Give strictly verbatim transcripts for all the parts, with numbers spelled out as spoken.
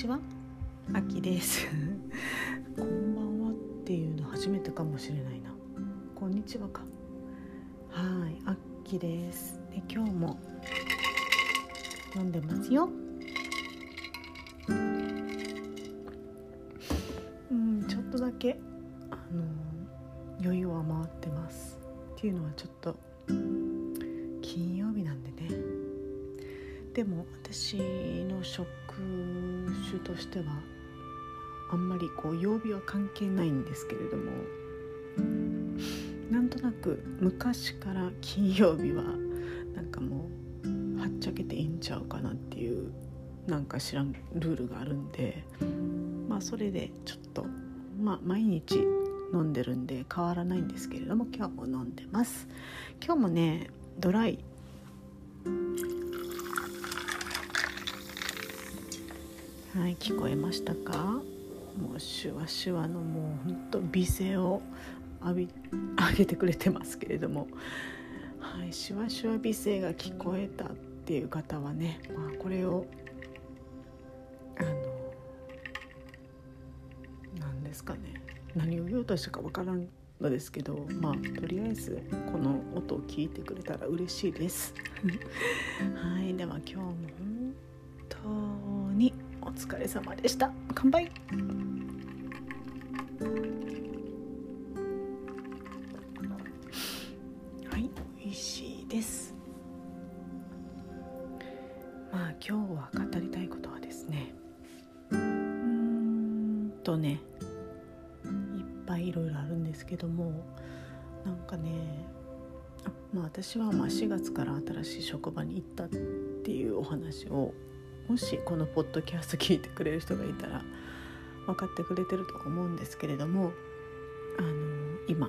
ちは、あきですこんばんはっていうの初めてかもしれないな。こんにちはか。はい、あきです。で、今日も飲んでますよ。うん、ちょっとだけあの余裕は回ってますっていうのはちょっと金曜日なんでね。でも私の食種としてはあんまりこう曜日は関係ないんですけれども、なんとなく昔から金曜日はなんかもうはっちゃけていいんちゃうかなっていうなんか知らんルールがあるんで、まあそれでちょっとまあ毎日飲んでるんで変わらないんですけれども、今日も飲んでます。今日もねドライはい、聞こえましたか？もうシュワシュワのもう本当美声を浴び上げてくれてますけれども、はい、シュワシュワ美声が聞こえたっていう方はね、まあ、これをあの何ですかね、何を言おうとしたかわからんのですけど、まあとりあえずこの音を聞いてくれたら嬉しいですはい、では今日も本当にお疲れ様でした。乾杯。はい、美味しいです。まあ今日は語りたいことはですね、うーんとねいっぱいいろいろあるんですけども、なんかねあ、まあ、私はまあしがつから新しい職場に行ったっていうお話を、もしこのポッドキャスト聞いてくれる人がいたら分かってくれてると思うんですけれども、あの今、はい、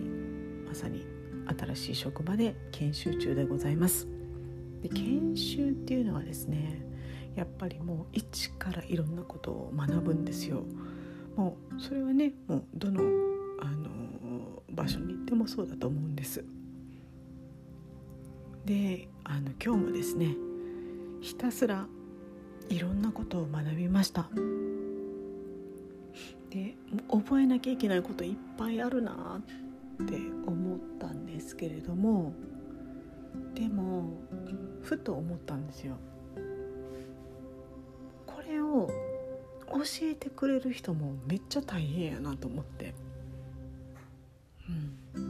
まさに新しい職場で研修中でございます。で、研修っていうのはですね、やっぱりもう一からいろんなことを学ぶんですよ。もうそれはね、もうどの、あの場所に行ってもそうだと思うんです。で、あの今日もですね、ひたすらいろんなことを学びました。で、覚えなきゃいけないこといっぱいあるなって思ったんですけれども、でもふと思ったんですよ。これを教えてくれる人もめっちゃ大変やなと思って、うん、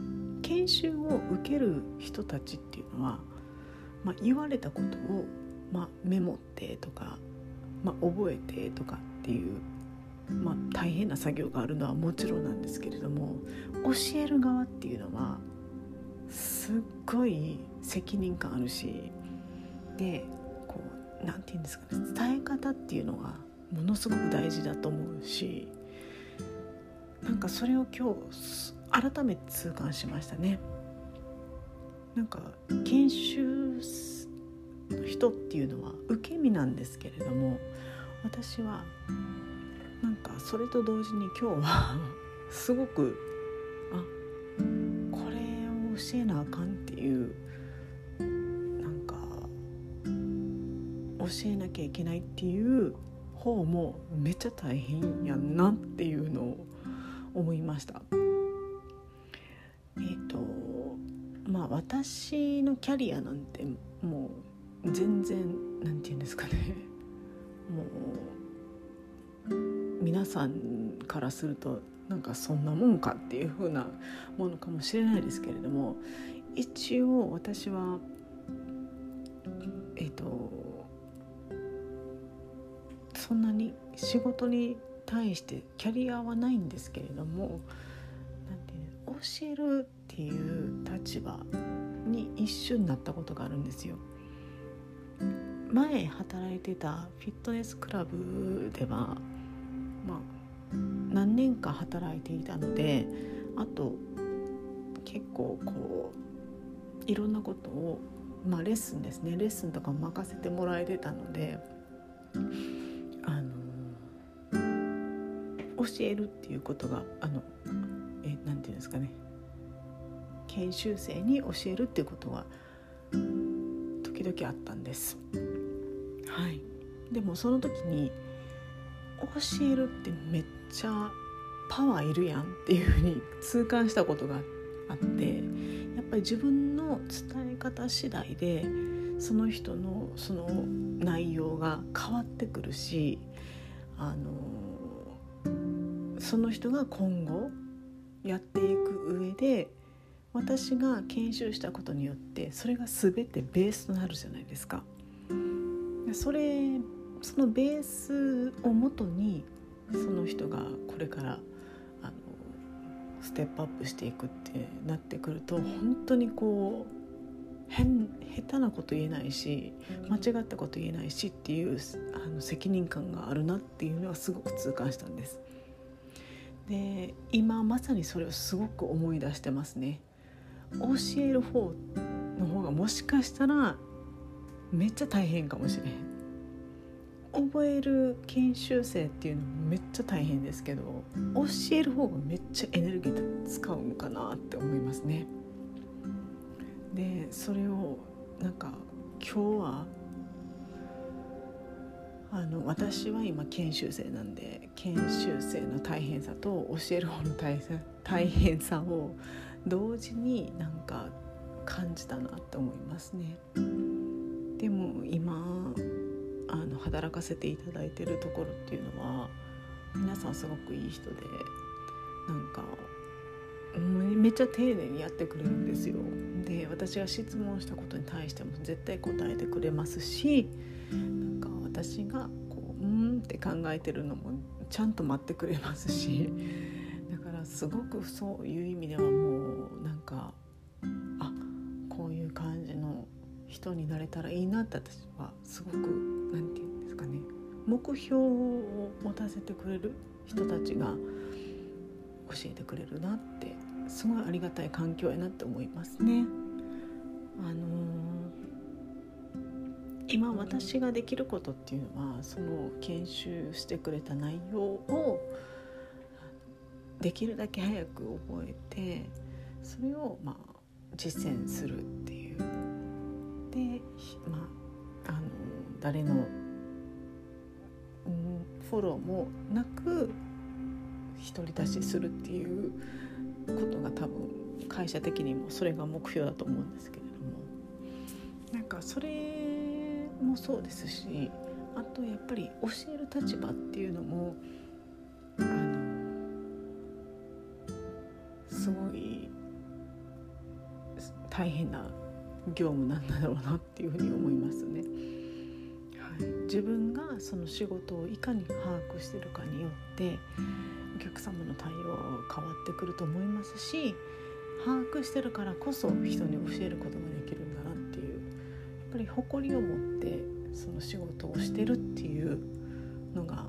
研修を受ける人たちっていうのは、まあ、言われたことを、まあ、メモってとか、まあ、覚えてとかっていう、まあ、大変な作業があるのはもちろんなんですけれども、教える側っていうのはすっごい責任感あるし、でこうなんていうんですかね、伝え方っていうのがものすごく大事だと思うし、なんかそれを今日改めて痛感しましたね。なんか研修の人っていうのは受け身なんですけれども、私はなんかそれと同時に今日はすごくあこれを教えなあかんっていう、なんか教えなきゃいけないっていう方もめっちゃ大変やんなっていうのを思いました。えっとまあ私のキャリアなんてもう全然なんていうんですかね、もう皆さんからするとなんかそんなもんかっていう風なものかもしれないですけれども、一応私はえっとそんなに仕事に対してキャリアはないんですけれども、なんていうの、教えるっていう立場に一瞬なったことがあるんですよ。前働いてたフィットネスクラブでは、まあ、何年か働いていたので、あと結構こういろんなことを、まあ、レッスンですねレッスンとか任せてもらえてたので、あの教えるっていうことがあのえなんていうんですかね、研修生に教えるっていうことは時々あったんです。はい。でもその時に教えるってめっちゃパワーいるやんっていうふうに痛感したことがあって、やっぱり自分の伝え方次第でその人のその内容が変わってくるし、あのその人が今後やっていく上で私が研修したことによってそれが全てベースとなるじゃないですか。それそのベースをもとにその人がこれからあのステップアップしていくってなってくると、本当にこう変下手なこと言えないし間違ったこと言えないしっていうあの責任感があるなっていうのはすごく痛感したんです。で、今まさにそれをすごく思い出してますね。教える方の方がもしかしたらめっちゃ大変かもしれへん。覚える研修生っていうのもめっちゃ大変ですけど、教える方がめっちゃエネルギー使うんかなって思いますね。で、それをなんか今日はあの私は今研修生なんで、研修生の大変さと教える方の大変、大変さを同時になんか感じたなって思いますね。でも今あの働かせていただいているところっていうのは皆さんすごくいい人で、なんかめっちゃ丁寧にやってくれるんですよ。で、私が質問したことに対しても絶対答えてくれますし、なんか私がこううーんって考えてるのもちゃんと待ってくれますし、だからすごくそういう意味ではもうなんかあこういう感じの人になれたらいいなって私はすごくなんていうんですかね、目標を持たせてくれる人たちが教えてくれるなってすごいありがたい環境やなって思いますね。あのー、今私ができることっていうのはその研修してくれた内容をできるだけ早く覚えてそれをまあ実践するっていうで、まあ、あの誰の、うん、フォローもなく独り立ちするっていうことが多分会社的にもそれが目標だと思うんですけれども、なんかそれもそうですし、あとやっぱり教える立場っていうのもあのすごい大変な業務なんだろうなっていうふうに思いますね。はい、自分がその仕事をいかに把握しているかによってお客様の対応は変わってくると思いますし、把握してるからこそ人に教えることができるんだなっていう、やっぱり誇りを持ってその仕事をしてるっていうのが、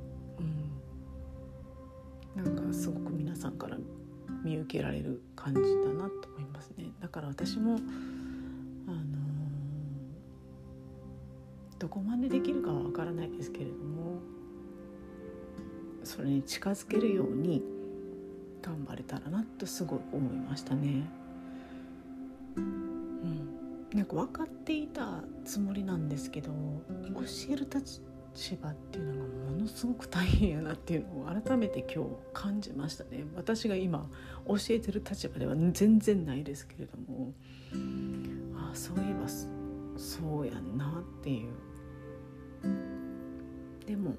うん、なんかすごく皆さんから見受けられる感じだなと思いますね。だから私もあのー、どこまでできるかはわからないですけれども、それに近づけるように頑張れたらなとすごい思いましたね。うん、なんか分かっていたつもりなんですけど、教える立場っていうのがものすごく大変やなっていうのを改めて今日感じましたね。私が今教えてる立場では全然ないですけれども、ああそういえばそうやんなっていう。でも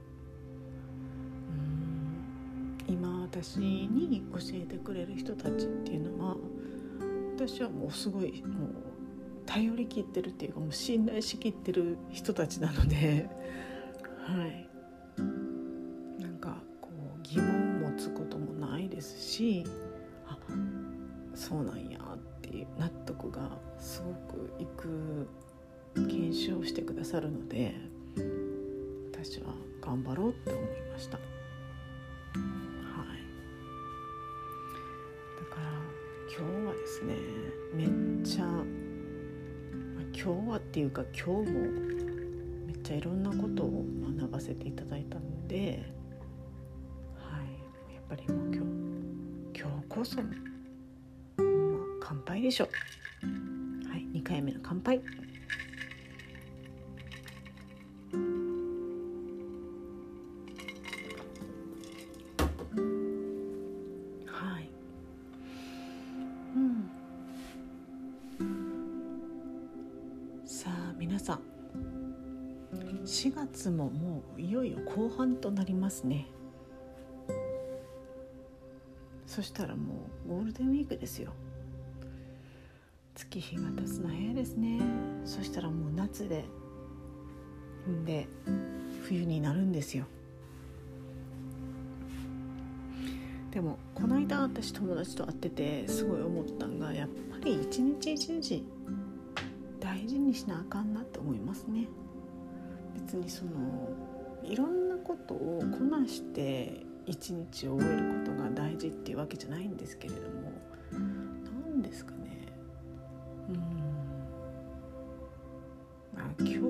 今私に教えてくれる人たちっていうのは、私はもうすごいもう頼り切ってるっていうか、もう信頼しきってる人たちなので、はい、なんかこう疑問を持つこともないですし、あ、そうなんやっていう納得がすごくいく研修をしてくださるので、私は頑張ろうって思いました。今日はですね、めっちゃ、まあ、今日はっていうか今日もめっちゃいろんなことを学ばせていただいたので、はい、やっぱりもう今日今日こそ、まあ、乾杯でしょ。はい、にかいめの乾杯。 しがつももういよいよ後半となりますね。そしたらもうゴールデンウィークですよ。月日が経つの早いですね。そしたらもう夏でんで冬になるんですよ。でもこの間私友達と会っててすごい思ったのが、やっぱり一日一日大事にしなあかんなって思いますね。別にそのいろんなことをこなして一日を終えることが大事っていうわけじゃないんですけれども、何ですかね、うーんあ今日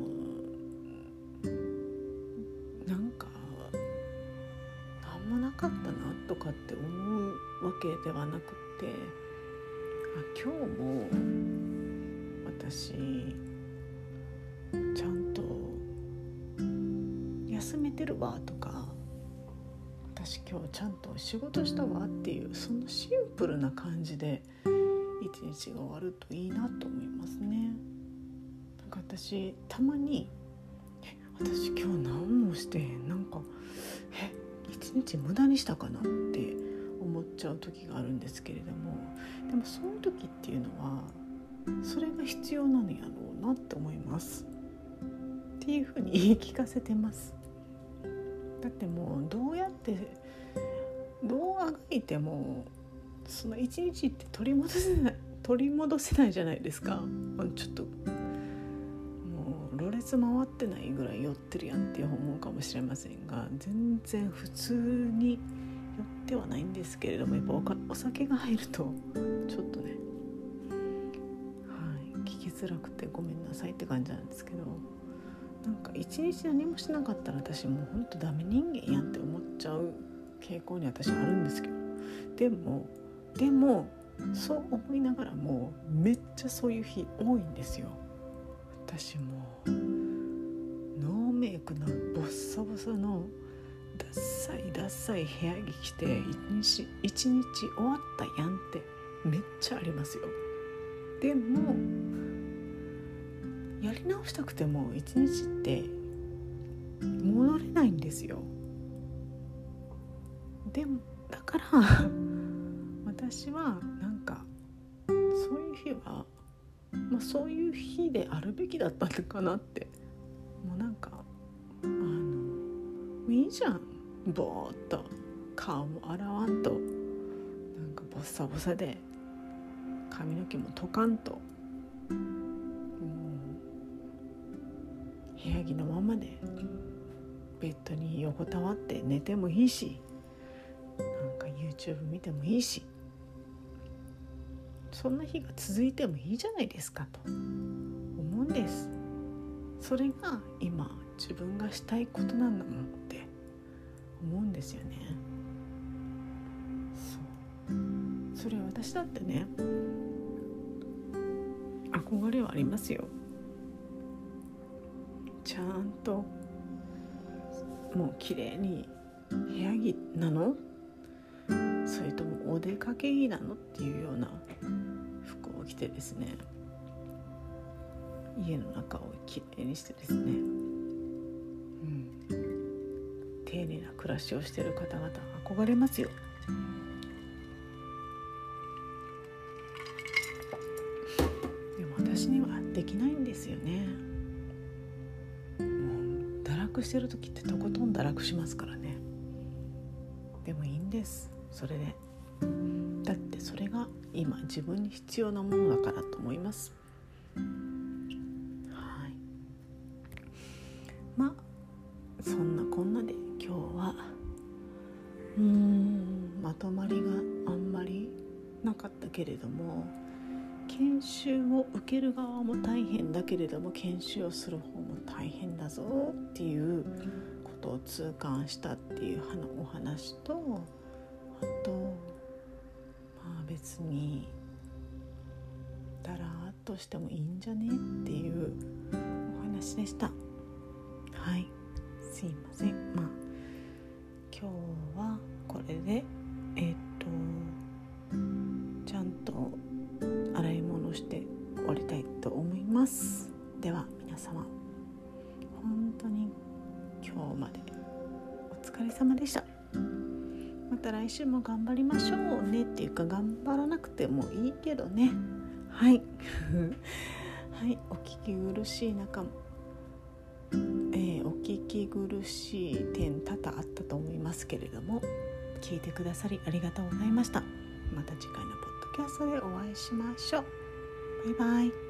なんか何もなかったなとかって思うわけではなくて、あ今日も私ちゃんと休めてるわとか、私今日ちゃんと仕事したわっていう、そのシンプルな感じで一日が終わるといいなと思いますね。なんか私たまにえ私今日何もしてへん、なんかえ一日無駄にしたかなって思っちゃう時があるんですけれども、でもそういう時っていうのはそれが必要なのやろうなって思いますっていうふうに言い聞かせてます。だってもうどうやってどうあがいてもその一日って取り戻せない取り戻せないじゃないですか。ちょっともうろれつ回ってないぐらい酔ってるやんって思うかもしれませんが、全然普通に酔ってはないんですけれども、やっぱ お, お酒が入るとちょっとね、はい、聞きづらくてごめんなさいって感じなんですけど、なんか一日何もしなかったら私もうほんとダメ人間やんって思っちゃう傾向に私あるんですけど、でもでもそう思いながらもめっちゃそういう日多いんですよ。私もノーメイクのボッサボサのダッサいダッサい部屋着着て一日一日終わったやんってめっちゃありますよ。でもやり直したくても一日って戻れないんですよ。でもだから私はなんかそういう日は、まあ、そういう日であるべきだったのかなって、もうなんかあのいいじゃん、ぼーっと顔も洗わんと、なんかボッサボサで髪の毛もとかんと、部屋着のままでベッドに横たわって寝てもいいし、なんか YouTube 見てもいいし、そんな日が続いてもいいじゃないですかと思うんです。それが今自分がしたいことなんだもんって思うんですよね。そうそれ私だってね、憧れはありますよ。ちゃんともう綺麗に部屋着なの、それともお出かけ着なのっていうような服を着てですね、家の中をきれいにしてですね、うん、丁寧な暮らしをしている方々憧れますよ。でも私にはできないんですよね。もう堕落してる時ってとことん堕落しますからね。でもいいんです、それで。だってそれが今自分に必要なものだからと思います。はい。まあそんなこんなで今日はうーんまとまりがあんまりなかったけれども、研修を受ける側も大変だけれども研修をする方も大変だぞっていうことを痛感したっていうお話と、あとまあ別にだらーっとしてもいいんじゃねっていうお話でした。はい、すいません。まあ今日はこれでえー、っとちゃんと洗い物して終わりたいと思います。では皆様、ほんた来週も頑張りましょうねっていうか、頑張らなくてもいいけどね。はいはい、お聞き苦しい中も、えー、お聞き苦しい点多々あったと思いますけれども、聞いてくださりありがとうございました。また次回のポッドキャストでお会いしましょう。バイバイ。